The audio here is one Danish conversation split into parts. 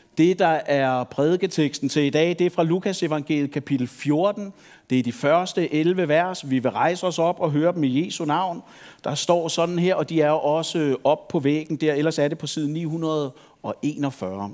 Det, der er prædiketeksten til i dag, det er fra Lukas evangeliet kapitel 14. Det er de første 11 vers. Vi vil rejse os op og høre dem i Jesu navn. Der står sådan her, og de er også op på væggen der. Ellers er det på side 941.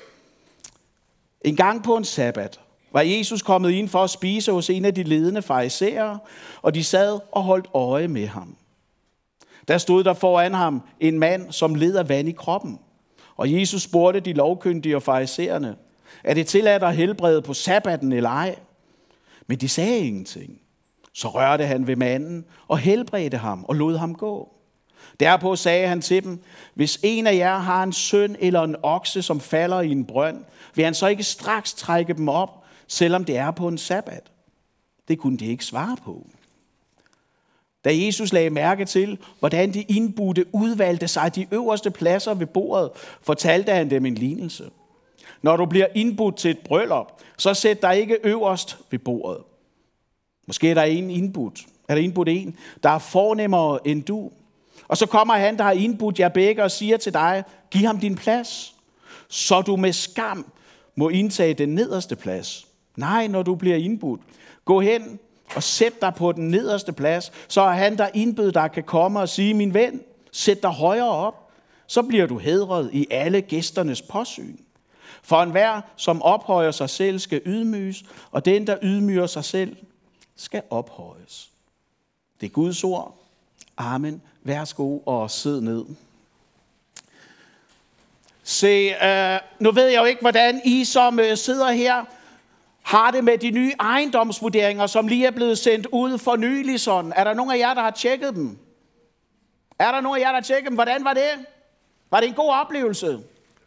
En gang på en sabbat var Jesus kommet ind for at spise hos en af de ledende farisæere, og de sad og holdt øje med ham. Der stod der foran ham en mand, som led af vand i kroppen. Og Jesus spurgte de lovkyndige og farisæerne, er det tilladt at helbrede på sabbaten eller ej? Men de sagde ingenting. Så rørte han ved manden og helbredte ham og lod ham gå. Derpå sagde han til dem, hvis en af jer har en søn eller en okse, som falder i en brønd, vil han så ikke straks trække dem op, selvom det er på en sabbat? Det kunne de ikke svare på. Da Jesus lagde mærke til, hvordan de indbudte udvalgte sig de øverste pladser ved bordet, fortalte han dem en lignelse. Når du bliver indbudt til et bryllup, så sæt dig ikke øverst ved bordet. Måske er der indbudt en, der er fornemmere end du. Og så kommer han, der har indbudt jer begge, og siger til dig, giv ham din plads, så du med skam må indtage den nederste plads. Nej, når du bliver indbudt, gå hen og sæt dig på den nederste plads, så er han, der indbød dig, kan komme og sige, min ven, sæt dig højere op, så bliver du hædret i alle gæsternes påsyn. For enhver, som ophøjer sig selv, skal ydmyges, og den, der ydmyger sig selv, skal ophøjes. Det er Guds ord. Amen. Værsgo og sid ned. Se, nu ved jeg jo ikke, hvordan I som sidder her, har det med de nye ejendomsvurderinger, som lige er blevet sendt ud for nylig sådan. Er der nogen af jer, der har tjekket dem? Hvordan var det? Var det en god oplevelse?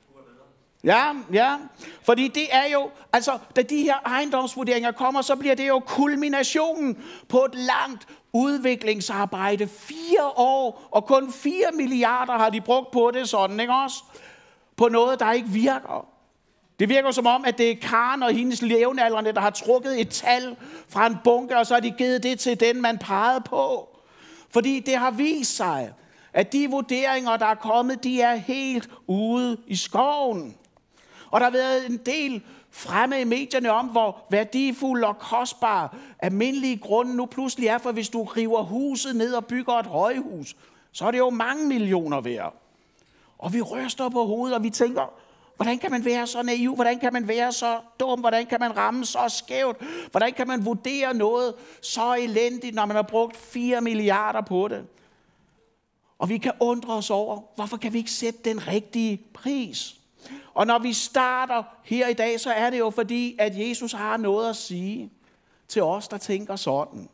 Ja. Fordi det er jo, altså, da de her ejendomsvurderinger kommer, så bliver det jo kulminationen på et langt udviklingsarbejde. 4 år, og kun 4 milliarder har de brugt på det sådan, ikke også? På noget, der ikke virker. Det virker som om, at det er Karen og hendes jævnaldrende, der har trukket et tal fra en bunke, og så har de givet det til den, man pegede på. Fordi det har vist sig, at de vurderinger, der er kommet, de er helt ude i skoven. Og der har været en del fremme i medierne om, hvor værdifulde og kostbare almindelige grunde nu pludselig er, for hvis du river huset ned og bygger et højhus, så er det jo mange millioner værd. Og vi ryster på hovedet, og vi tænker, hvordan kan man være så naiv? Hvordan kan man være så dum? Hvordan kan man ramme så skævt? Hvordan kan man vurdere noget så elendigt, når man har brugt 4 milliarder på det? Og vi kan undre os over, hvorfor kan vi ikke sætte den rigtige pris? Og når vi starter her i dag, så er det jo fordi, at Jesus har noget at sige til os, der tænker sådan.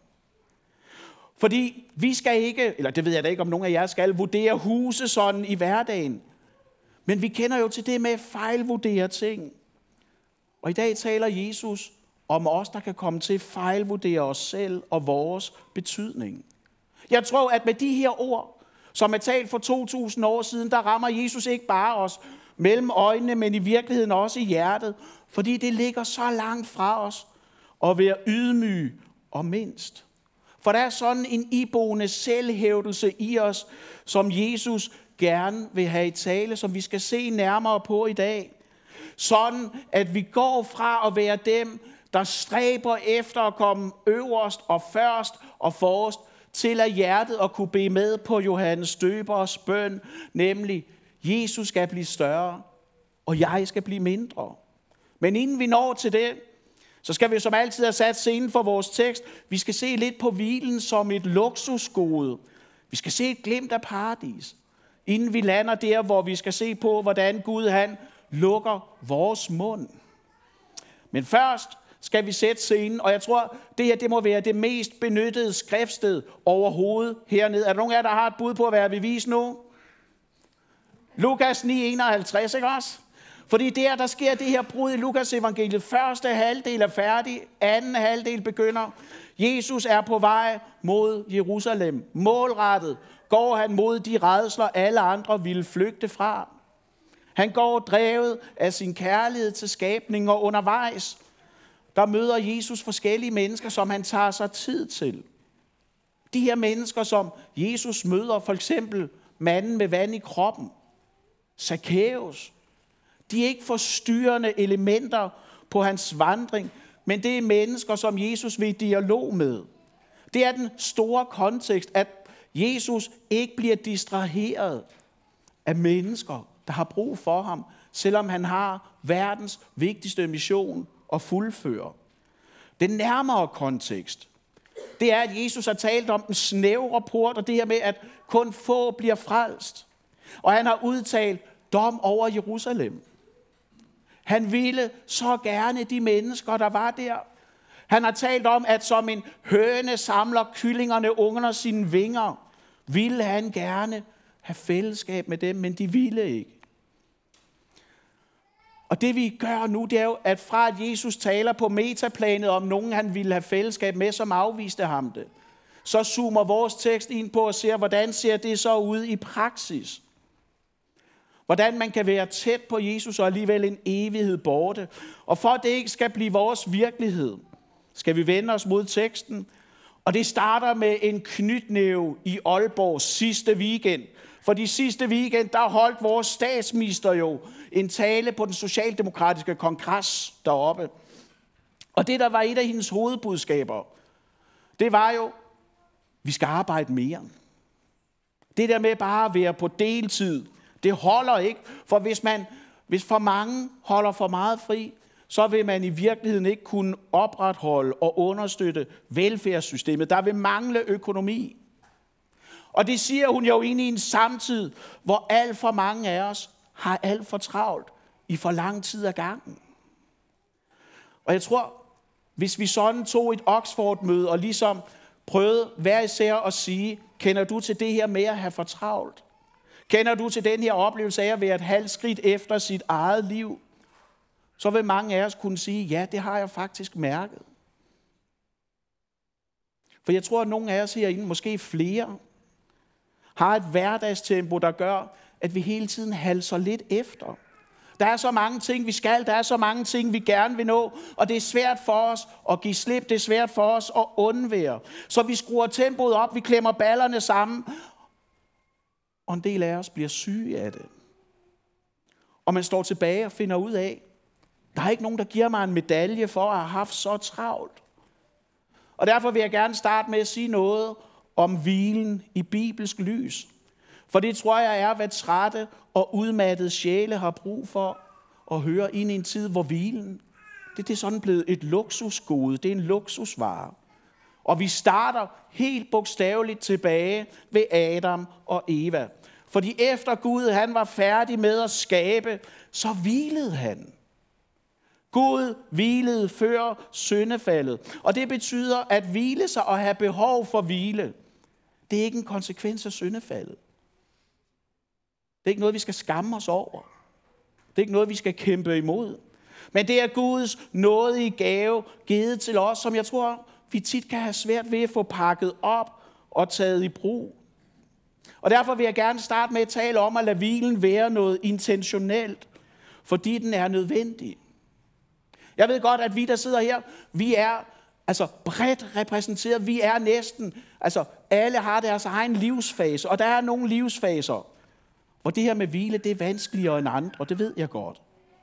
Fordi vi skal ikke, eller det ved jeg da ikke, om nogen af jer skal, vurdere huse sådan i hverdagen. Men vi kender jo til det med fejlvurdere ting. Og i dag taler Jesus om os, der kan komme til at fejlvurdere os selv og vores betydning. Jeg tror, at med de her ord, som er talt for 2000 år siden, der rammer Jesus ikke bare os mellem øjnene, men i virkeligheden også i hjertet. Fordi det ligger så langt fra os at være ydmyge og mindst. For der er sådan en iboende selvhævdelse i os, som Jesus gerne vil have i tale, som vi skal se nærmere på i dag. Sådan, at vi går fra at være dem, der stræber efter at komme øverst og først og forrest, til at hjertet at kunne bede med på Johannes Døbers bøn, nemlig, Jesus skal blive større, og jeg skal blive mindre. Men inden vi når til det, så skal vi som altid have sat scenen for vores tekst. Vi skal se lidt på hvilen som et luksusgode. Vi skal se et glimt af paradis. Inden vi lander der, hvor vi skal se på, hvordan Gud han lukker vores mund. Men først skal vi sætte scenen, og jeg tror, det her det må være det mest benyttede skriftsted overhovedet hernede. Er der nogen af jer, der har et bud på, hvad jeg vil vise nu? Lukas 9:51, ikke også? Fordi der sker det her brud i Lukas evangeliet. Første halvdel er færdig, anden halvdel begynder. Jesus er på vej mod Jerusalem. Målrettet går han mod de rædsler, alle andre ville flygte fra. Han går drevet af sin kærlighed til skabningen, og undervejs, der møder Jesus forskellige mennesker, som han tager sig tid til. De her mennesker, som Jesus møder, for eksempel manden med vand i kroppen, Zacchaeus, De er ikke forstyrrende elementer på hans vandring, men det er mennesker, som Jesus vil i dialog med. Det er den store kontekst, at Jesus ikke bliver distraheret af mennesker, der har brug for ham, selvom han har verdens vigtigste mission at fuldføre. Den nærmere kontekst, det er, at Jesus har talt om den snævre port, og det her med, at kun få bliver frelst. Og han har udtalt dom over Jerusalem. Han ville så gerne de mennesker, der var der. Han har talt om, at som en høne samler kyllingerne under sine vinger, ville han gerne have fællesskab med dem, men de ville ikke. Og det vi gør nu, det er jo, at fra at Jesus taler på metaplanet om nogen, han ville have fællesskab med, som afviste ham det, så zoomer vores tekst ind på og ser, hvordan ser det så ud i praksis. Hvordan man kan være tæt på Jesus og alligevel en evighed borte. Og for at det ikke skal blive vores virkelighed, skal vi vende os mod teksten. Og det starter med en knytnæve i Aalborg sidste weekend. For de sidste weekend, der holdt vores statsminister jo en tale på den socialdemokratiske kongres deroppe. Og det, der var et af hendes hovedbudskaber, det var jo, vi skal arbejde mere. Det der med bare at være på deltid, det holder ikke. For hvis for mange holder for meget fri, så vil man i virkeligheden ikke kunne opretholde og understøtte velfærdssystemet. Der vil mangle økonomi. Og det siger hun jo ind i en samtid, hvor alt for mange af os har alt for travlt i for lang tid ad gangen. Og jeg tror, hvis vi sådan tog et Oxford-møde og ligesom prøvede hver især at sige, kender du til det her med at have for travlt? Kender du til den her oplevelse af at være et halvt skridt efter sit eget liv? Så vil mange af os kunne sige, ja, det har jeg faktisk mærket. For jeg tror, at nogle af os herinde, måske flere, har et hverdagstempo, der gør, at vi hele tiden halser lidt efter. Der er så mange ting, vi skal. Der er så mange ting, vi gerne vil nå. Og det er svært for os at give slip. Det er svært for os at undvære. Så vi skruer tempoet op. Vi klemmer ballerne sammen. Og en del af os bliver syge af det. Og man står tilbage og finder ud af, der er ikke nogen, der giver mig en medalje for at have haft så travlt. Og derfor vil jeg gerne starte med at sige noget om hvilen i bibelsk lys. For det tror jeg er, hvad trætte og udmattede sjæle har brug for at høre ind i en tid, hvor hvilen, det er sådan blevet et luksusgode. Det er en luksusvare. Og vi starter helt bogstaveligt tilbage ved Adam og Eva. Fordi efter Gud han var færdig med at skabe, så hvilede han. Gud hvilede før syndefaldet. Og det betyder at hvile sig og have behov for hvile. Det er ikke en konsekvens af syndefaldet. Det er ikke noget, vi skal skamme os over. Det er ikke noget, vi skal kæmpe imod. Men det er Guds nådige gave givet til os, som jeg tror, vi tit kan have svært ved at få pakket op og taget i brug. Og derfor vil jeg gerne starte med at tale om at lade hvilen være noget intentionelt, fordi den er nødvendig. Jeg ved godt, at vi, der sidder her, vi er bredt repræsenteret. Vi er næsten, alle har deres egen livsfase, og der er nogle livsfaser, hvor det her med hvile, det er vanskeligere end andre, det ved jeg godt.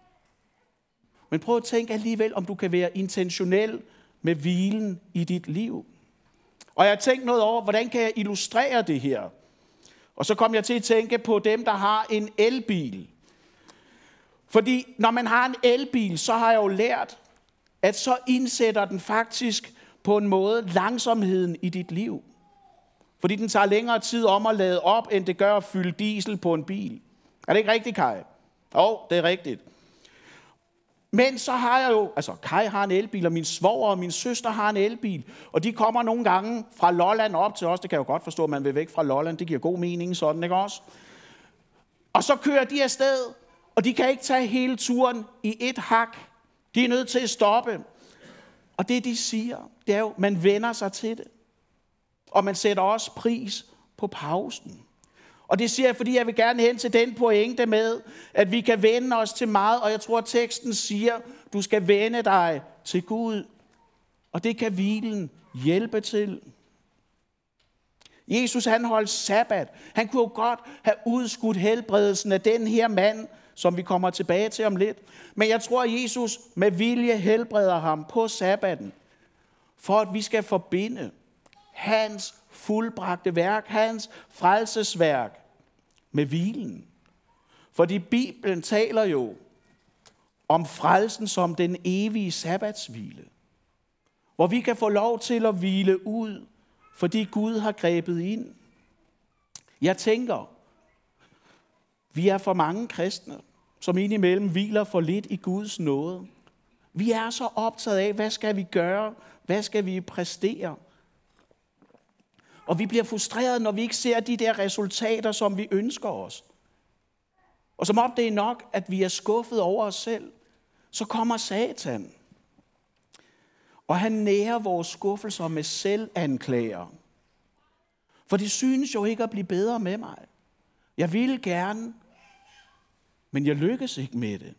Men prøv at tænke alligevel, om du kan være intentionel med hvilen i dit liv. Og jeg har tænkt noget over, hvordan kan jeg illustrere det her? Og så kom jeg til at tænke på dem, der har en elbil. Fordi når man har en elbil, så har jeg jo lært, at så indsætter den faktisk på en måde langsomheden i dit liv. Fordi den tager længere tid om at lade op, end det gør at fylde diesel på en bil. Er det ikke rigtigt, Kai? Jo, det er rigtigt. Men så har jeg jo, Kai har en elbil, og min svoger og min søster har en elbil. Og de kommer nogle gange fra Lolland op til os. Det kan jeg jo godt forstå, at man vil væk fra Lolland. Det giver god mening sådan, ikke også? Og så kører de afsted, og de kan ikke tage hele turen i et hak. De er nødt til at stoppe. Og det, de siger, det er jo, man vender sig til det. Og man sætter også pris på pausen. Og det siger jeg, fordi jeg vil gerne hen til den pointe med, at vi kan vende os til meget. Og jeg tror, at teksten siger, du skal vende dig til Gud. Og det kan hvilen hjælpe til. Jesus, han holdt sabbat. Han kunne jo godt have udskudt helbredelsen af den her mand, som vi kommer tilbage til om lidt. Men jeg tror, at Jesus med vilje helbreder ham på sabbaten, for at vi skal forbinde hans fuldbragte værk, hans frelsesværk med hvilen. Fordi Bibelen taler jo om frelsen som den evige sabbatshvile, hvor vi kan få lov til at hvile ud, fordi Gud har grebet ind. Jeg tænker, vi er for mange kristne, som indimellem hviler for lidt i Guds nåde. Vi er så optaget af, hvad skal vi gøre? Hvad skal vi præstere? Og vi bliver frustreret, når vi ikke ser de der resultater, som vi ønsker os. Og som om det er nok, at vi er skuffet over os selv, så kommer Satan. Og han nærer vores skuffelser med selvanklager. For det synes jo ikke at blive bedre med mig. Jeg ville gerne, men jeg lykkes ikke med det.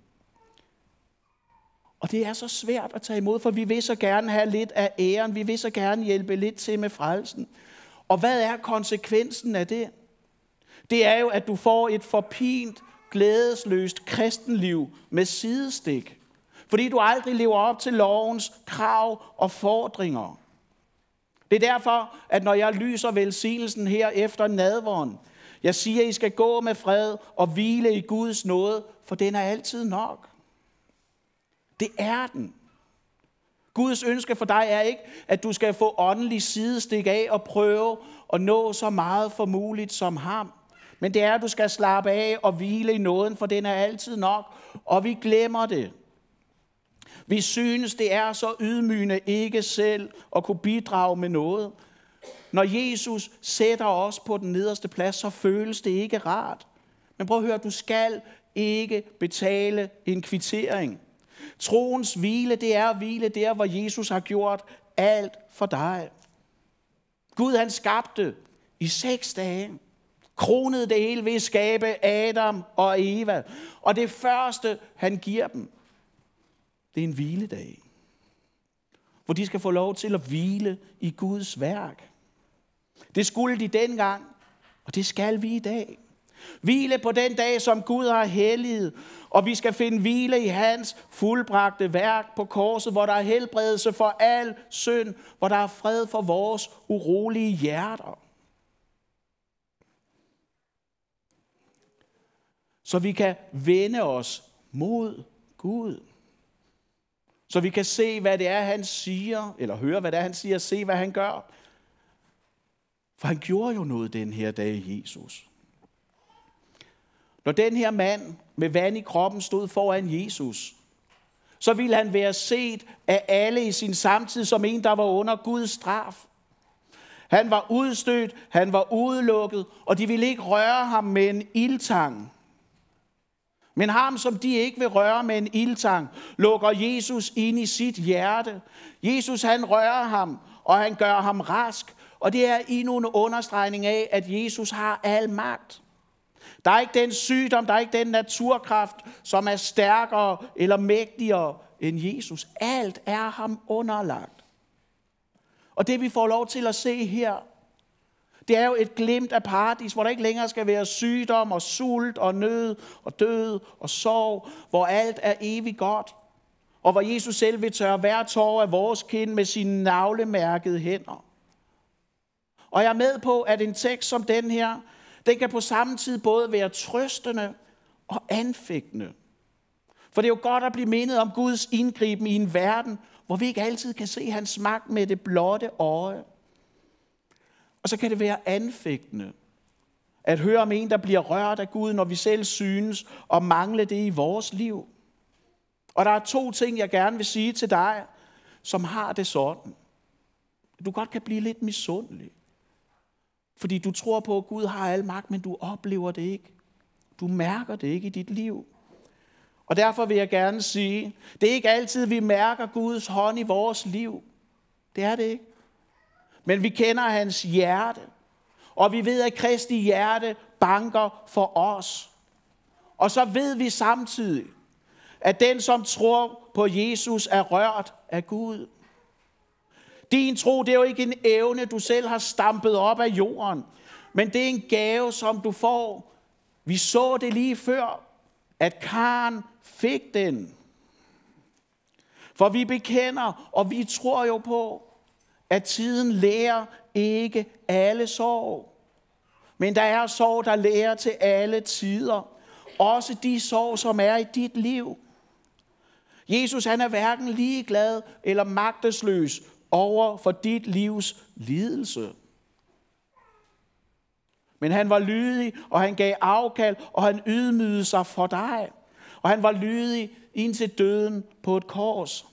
Og det er så svært at tage imod, for vi vil så gerne have lidt af æren. Vi vil så gerne hjælpe lidt til med frelsen. Og hvad er konsekvensen af det? Det er jo, at du får et forpint, glædesløst kristenliv med sidestik. Fordi du aldrig lever op til lovens krav og fordringer. Det er derfor, at når jeg lyser velsignelsen her efter nadveren, jeg siger, at I skal gå med fred og hvile i Guds nåde, for den er altid nok. Det er den. Guds ønske for dig er ikke, at du skal få åndelig sidestik af og prøve at nå så meget for muligt som ham. Men det er, at du skal slappe af og hvile i nåden, for den er altid nok, og vi glemmer det. Vi synes, det er så ydmygende ikke selv at kunne bidrage med noget. Når Jesus sætter os på den nederste plads, så føles det ikke rart. Men prøv at høre, du skal ikke betale en kvittering. Troens hvile, det er at hvile der, hvor Jesus har gjort alt for dig. Gud han skabte i 6 dage. Kronede det hele ved at skabe Adam og Eva. Og det første, han giver dem, det er en hviledag. Hvor de skal få lov til at hvile i Guds værk. Det skulle de dengang, og det skal vi i dag. Hvile på den dag, som Gud har helliget, og vi skal finde hvile i hans fuldbragte værk på korset, hvor der er helbredelse for al synd, hvor der er fred for vores urolige hjerter. Så vi kan vende os mod Gud. Så vi kan se, hvad det er, han siger, eller høre, hvad det er, han siger, og se, hvad han gør. For han gjorde jo noget den her dag, Jesus. Når den her mand med vand i kroppen stod foran Jesus, så ville han være set af alle i sin samtid som en, der var under Guds straf. Han var udstødt, han var udelukket, og de ville ikke røre ham med en ildtang. Men ham, som de ikke vil røre med en ildtang, lukker Jesus ind i sit hjerte. Jesus, han rører ham, og han gør ham rask. Og det er endnu en understregning af, at Jesus har al magt. Der er ikke den sygdom, der er ikke den naturkraft, som er stærkere eller mægtigere end Jesus. Alt er ham underlagt. Og det vi får lov til at se her, det er jo et glimt af paradis, hvor der ikke længere skal være sygdom og sult og nød og død og sorg, hvor alt er evigt godt. Og hvor Jesus selv vil tørre hver tåre af vores kind med sine navlemærkede hænder. Og jeg er med på, at en tekst som den her, den kan på samme tid både være trøstende og anfægtende. For det er jo godt at blive mindet om Guds indgriben i en verden, hvor vi ikke altid kan se hans magt med det blotte øje. Og så kan det være anfægtende at høre om en, der bliver rørt af Gud, når vi selv synes og mangler det i vores liv. Og der er 2 ting, jeg gerne vil sige til dig, som har det sådan. Du godt kan blive lidt misundelig. Fordi du tror på, at Gud har al magt, men du oplever det ikke. Du mærker det ikke i dit liv. Og derfor vil jeg gerne sige, det er ikke altid, vi mærker Guds hånd i vores liv. Det er det ikke. Men vi kender hans hjerte. Og vi ved, at Kristi hjerte banker for os. Og så ved vi samtidig, at den, som tror på Jesus, er rørt af Gud. Din tro, det er jo ikke en evne, du selv har stampet op af jorden. Men det er en gave, som du får. Vi så det lige før. at Karen fik den. For vi bekender, og vi tror jo på, at tiden lærer ikke alle sorg. Men der er sorg, der lærer til alle tider. Også de sorg, som er i dit liv. Jesus, han er hverken ligeglad eller magtesløs over for dit livs lidelse. Men han var lydig, og han gav afkald, og han ydmygede sig for dig. Og han var lydig indtil døden på et kors.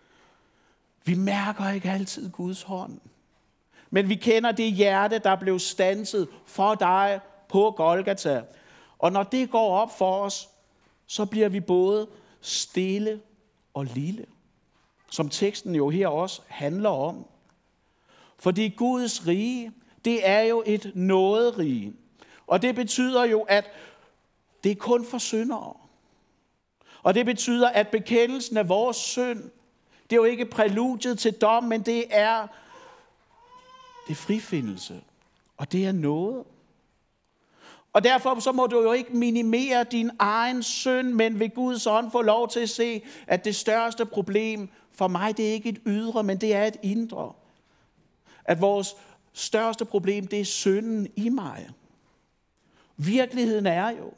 Vi mærker ikke altid Guds hånd. Men vi kender det hjerte, der blev standset for dig på Golgata. Og når det går op for os, så bliver vi både stille og lille. Som teksten jo her også handler om. Fordi Guds rige, det er jo et nåderige. Og det betyder jo, at det er kun for syndere. Og det betyder, at bekendelsen af vores synd, det er jo ikke præludiet til dom, men det er frifindelse. Og det er noget. Og derfor så må du jo ikke minimere din egen synd, men ved Guds ånd få lov til at se, at det største problem for mig, det er ikke et ydre, men det er et indre. At vores største problem, det er synden i mig. Virkeligheden er jo,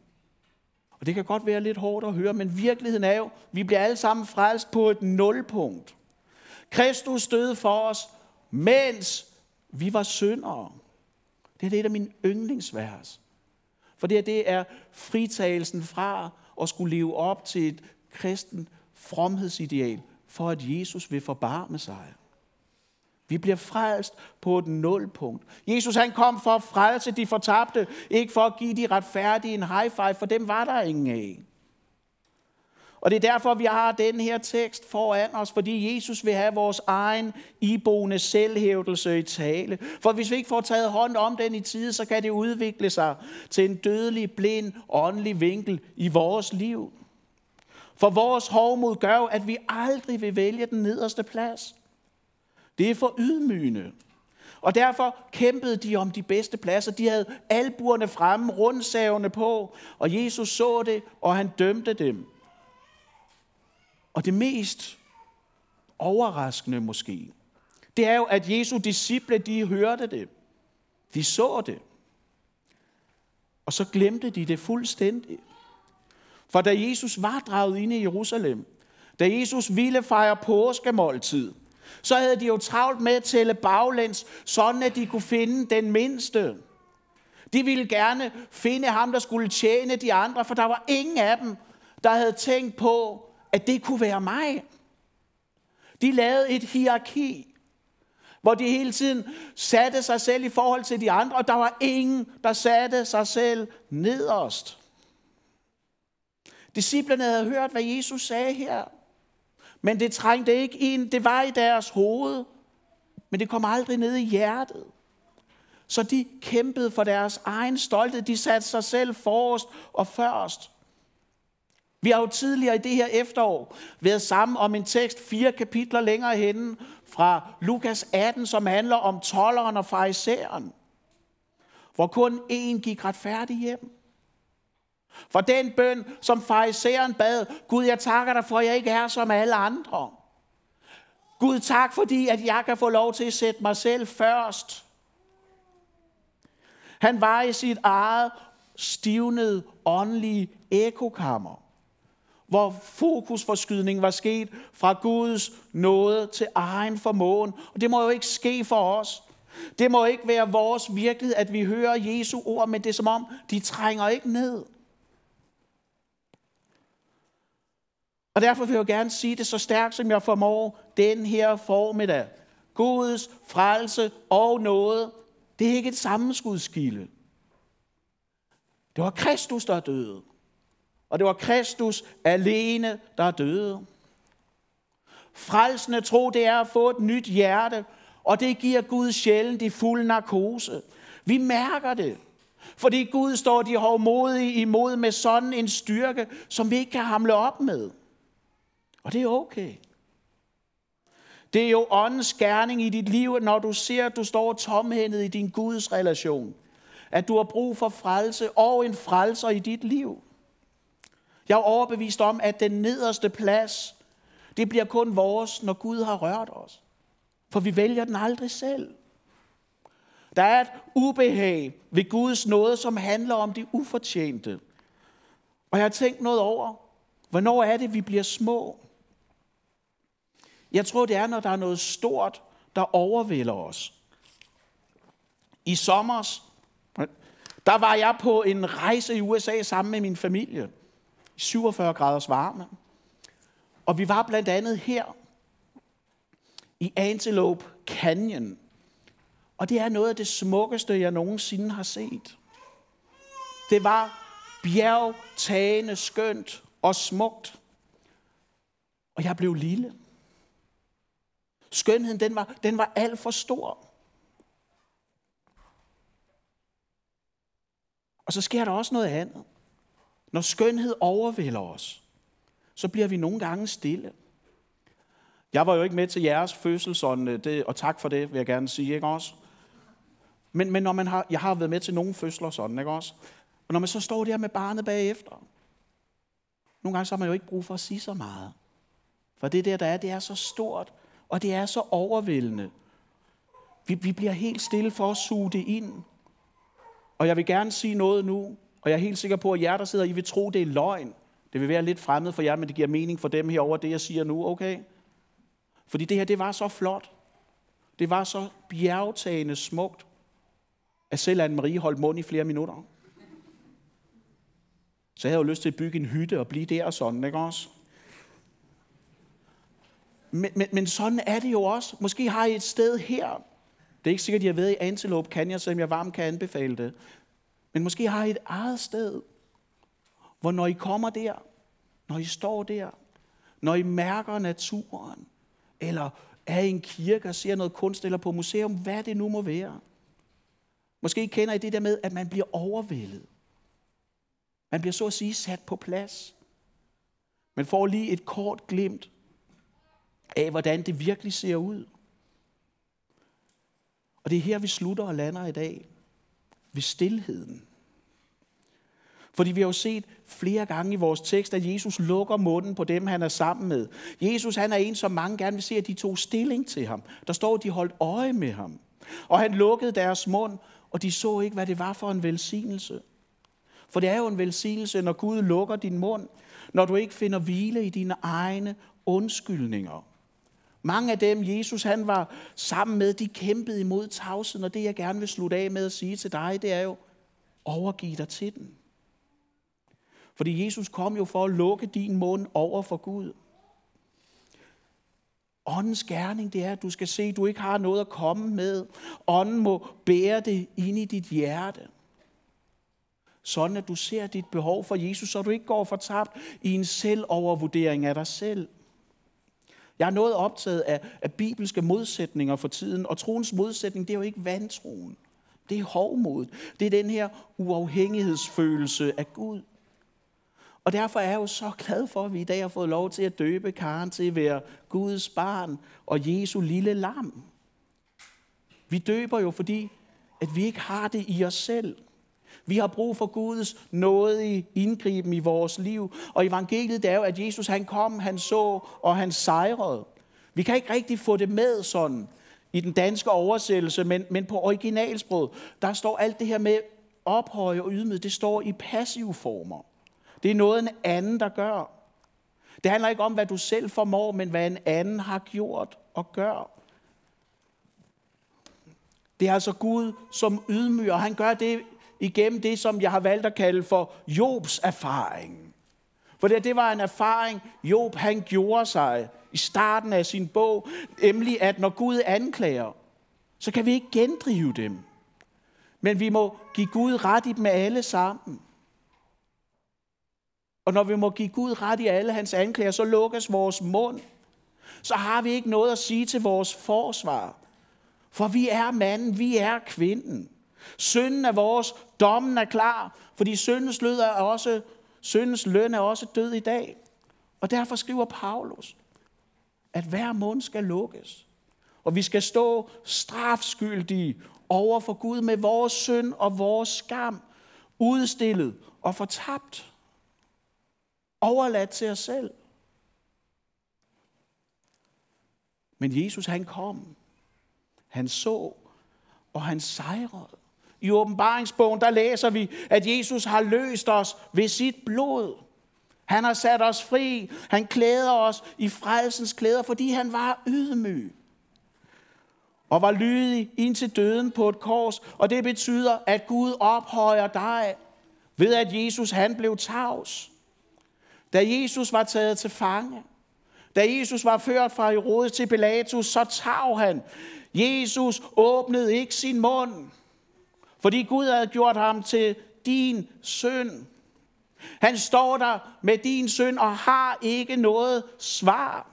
og det kan godt være lidt hårdt at høre, men virkeligheden er jo, vi bliver alle sammen frelst på et nulpunkt. Kristus døde for os, mens vi var syndere. Det er et af mine yndlingsvers. For det er fritagelsen fra at skulle leve op til et kristen fromhedsideal, for at Jesus vil forbarme sig. Vi bliver frelst på et nulpunkt. Jesus, han kom for at frelse de fortabte, ikke for at give de retfærdige en high five, for dem var der ingen af. Og det er derfor, vi har den her tekst foran os, fordi Jesus vil have vores egen iboende selvhævdelse i tale. For hvis vi ikke får taget hånd om den i tide, så kan det udvikle sig til en dødelig, blind, åndelig vinkel i vores liv. For vores hovmod gør jo, at vi aldrig vil vælge den nederste plads. Det er for ydmygende. Og derfor kæmpede de om de bedste pladser. De havde albuerne fremme, rundsavene på, og Jesus så det, og han dømte dem. Og det mest overraskende måske, det er jo, at Jesu disciple, de hørte det. De så det. Og så glemte de det fuldstændig. For da Jesus var draget ind i Jerusalem, da Jesus ville fejre påskemåltid, så havde de jo travlt med at tælle baglæns, sådan at de kunne finde den mindste. De ville gerne finde ham, der skulle tjene de andre, for der var ingen af dem, der havde tænkt på, at det kunne være mig. De lavede et hierarki, hvor de hele tiden satte sig selv i forhold til de andre, og der var ingen, der satte sig selv nederst. Disciplerne havde hørt, hvad Jesus sagde her, men det trængte ikke ind. Det var i deres hoved, men det kom aldrig ned i hjertet. Så de kæmpede for deres egen stolthed. De satte sig selv forrest og først. Vi har jo tidligere i det her efterår været sammen om en tekst 4 kapitler længere henne fra Lukas 18, som handler om tolderen og farisæeren, hvor kun én gik retfærdig hjem. For den bøn, som farisæeren bad, Gud, jeg takker dig for, at jeg ikke er som alle andre. Gud, tak fordi, at jeg kan få lov til at sætte mig selv først. Han var i sit eget stivnede åndelige ekokammer, hvor fokusforskydning var sket fra Guds nåde til egen formåen. Og det må jo ikke ske for os. Det må ikke være vores virkelighed, at vi hører Jesu ord, men det er som om, de trænger ikke ned. Og derfor vil jeg gerne sige det så stærkt, som jeg formår den her formiddag. Guds frelse og nåde, det er ikke et sammenskudskilde. Det var Kristus, der døde. Og det var Kristus alene, der døde. Frelsende tro, det er at få et nyt hjerte, og det giver Guds sjælen i fuld narkose. Vi mærker det, fordi Gud står de hovmodige imod med sådan en styrke, som vi ikke kan hamle op med. Og det er okay. Det er jo åndens gerning i dit liv, når du ser, at du står tomhændet i din Guds relation. At du har brug for frelse og en frelser i dit liv. Jeg er overbevist om, at den nederste plads, det bliver kun vores, når Gud har rørt os. For vi vælger den aldrig selv. Der er et ubehag ved Guds nåde, som handler om det ufortjente. Og jeg har tænkt noget over, hvornår er det, vi bliver små? Jeg tror, det er, når der er noget stort, der overvælder os. I sommers, der var jeg på en rejse i USA sammen med min familie. 47 graders varme. Og vi var blandt andet her i Antelope Canyon. Og det er noget af det smukkeste, jeg nogensinde har set. Det var bjergtagende, skønt og smukt. Og jeg blev lille. Skønheden, den var alt for stor. Og så sker der også noget andet. Når skønhed overvælder os, så bliver vi nogle gange stille. Jeg var jo ikke med til jeres fødsel, sådan, og tak for det, vil jeg gerne sige, ikke også? Men når jeg har været med til nogle fødsler sådan, ikke også? Og når man så står der med barnet bagefter, nogle gange så har man jo ikke brug for at sige så meget. For det der er, det er så stort, og det er så overvældende. Vi bliver helt stille for at suge det ind. Og jeg vil gerne sige noget nu, og jeg er helt sikker på, at jer, der sidder, I vil tro, det er løgn. Det vil være lidt fremmed for jer, men det giver mening for dem herover det jeg siger nu, okay? Fordi det her, det var så flot. Det var så bjergtagende smukt, at selv Anne-Marie holdt mund i flere minutter. Så jeg havde jo lyst til at bygge en hytte og blive der og sådan, ikke også? Men sådan er det jo også. Måske har I et sted her. Det er ikke sikkert, at I har været i Antelope Canyon, selvom jeg varmt kan anbefale det. Men måske har I et eget sted, hvor når I kommer der, når I står der, når I mærker naturen, eller er i en kirke og ser noget kunst, eller på museum, hvad det nu må være. Måske kender I det der med, at man bliver overvældet. Man bliver så at sige sat på plads. Man får lige et kort glimt af, hvordan det virkelig ser ud. Og det er her, vi slutter og lander i dag. Ved stilheden. Fordi vi har jo set flere gange i vores tekst, at Jesus lukker munden på dem, han er sammen med. Jesus, han er en, som mange gerne vil se, at de tog stilling til ham. Der står, at de holdt øje med ham. Og han lukkede deres mund, og de så ikke, hvad det var for en velsignelse. For det er jo en velsignelse, når Gud lukker din mund, når du ikke finder hvile i dine egne undskyldninger. Mange af dem, Jesus han var sammen med, de kæmpede imod tavsheden, og det jeg gerne vil slutte af med at sige til dig, det er jo, overgiv dig til den. Fordi Jesus kom jo for at lukke din mund over for Gud. Åndens gerning, det er, at du skal se, at du ikke har noget at komme med. Ånden må bære det ind i dit hjerte. Sådan at du ser dit behov for Jesus, så du ikke går fortabt i en selvovervurdering af dig selv. Jeg er noget optaget af bibelske modsætninger for tiden, og troens modsætning, det er jo ikke vantroen. Det er hovmod. Det er den her uafhængighedsfølelse af Gud. Og derfor er jeg jo så glad for, at vi i dag har fået lov til at døbe Karen til at være Guds barn og Jesu lille lam. Vi døber jo, fordi at vi ikke har det i os selv. Vi har brug for Guds nådige indgriben i vores liv. Og evangeliet, det er jo, at Jesus han kom, han så og han sejrede. Vi kan ikke rigtig få det med sådan i den danske oversættelse, men på originalsproget, der står alt det her med ophøje og ydmyghed, det står i passive former. Det er noget, en anden, der gør. Det handler ikke om, hvad du selv formår, men hvad en anden har gjort og gør. Det er altså Gud, som ydmyger, og han gør det igennem det, som jeg har valgt at kalde for Jobs erfaring. For det var en erfaring, Job han gjorde sig i starten af sin bog, nemlig at når Gud anklager, så kan vi ikke gendrive dem. Men vi må give Gud ret i dem alle sammen. Og når vi må give Gud ret i alle hans anklager, så lukkes vores mund. Så har vi ikke noget at sige til vores forsvar. For vi er manden, vi er kvinden. Synden er vores, dommen er klar, fordi syndens løn er også død i dag. Og derfor skriver Paulus, at hver mund skal lukkes. Og vi skal stå strafskyldige over for Gud med vores synd og vores skam, udstillet og fortabt. overladt til os selv. Men Jesus, han kom. Han så, og han sejrede. I åbenbaringsbogen, der læser vi, at Jesus har løst os ved sit blod. Han har sat os fri. Han klæder os i frelsens klæder, fordi han var ydmyg. Og var lydig indtil døden på et kors. Og det betyder, at Gud ophøjer dig ved, at Jesus han blev tavs. Da Jesus var taget til fange, da Jesus var ført fra Herodes til Pilatus, så tav han. Jesus åbnede ikke sin mund, fordi Gud havde gjort ham til din søn. Han står der med din søn og har ikke noget svar.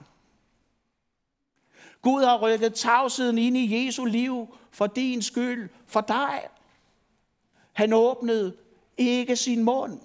Gud har rykket tavsheden ind i Jesu liv for din skyld, for dig. Han åbnede ikke sin mund.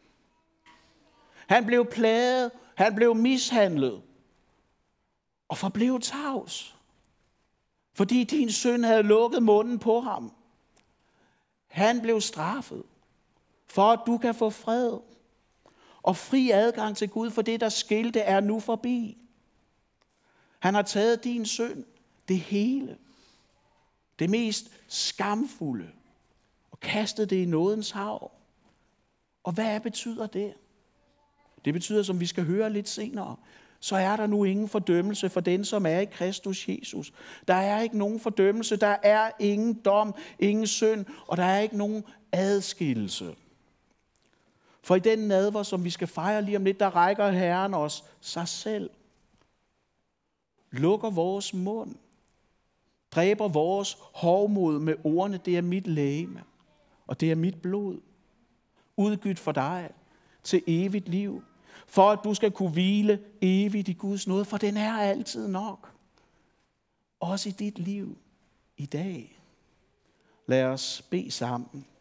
Han blev plaget, han blev mishandlet og forblev tavs, fordi din søn havde lukket munden på ham. Han blev straffet, for at du kan få fred og fri adgang til Gud, for det, der skilte, er nu forbi. Han har taget din synd, det hele, det mest skamfulde, og kastet det i nådens hav. Og hvad betyder det? Det betyder, som vi skal høre lidt senere, så er der nu ingen fordømmelse for den, som er i Kristus Jesus. Der er ikke nogen fordømmelse, der er ingen dom, ingen synd, og der er ikke nogen adskillelse. For i den nadver, som vi skal fejre lige om lidt, der rækker Herren os sig selv. Lukker vores mund. Dræber vores hovmod med ordene, det er mit legeme, og det er mit blod. Udgydt for dig til evigt liv. For at du skal kunne hvile evigt i Guds nåde, for den er altid nok. Også i dit liv i dag. Lad os bede sammen.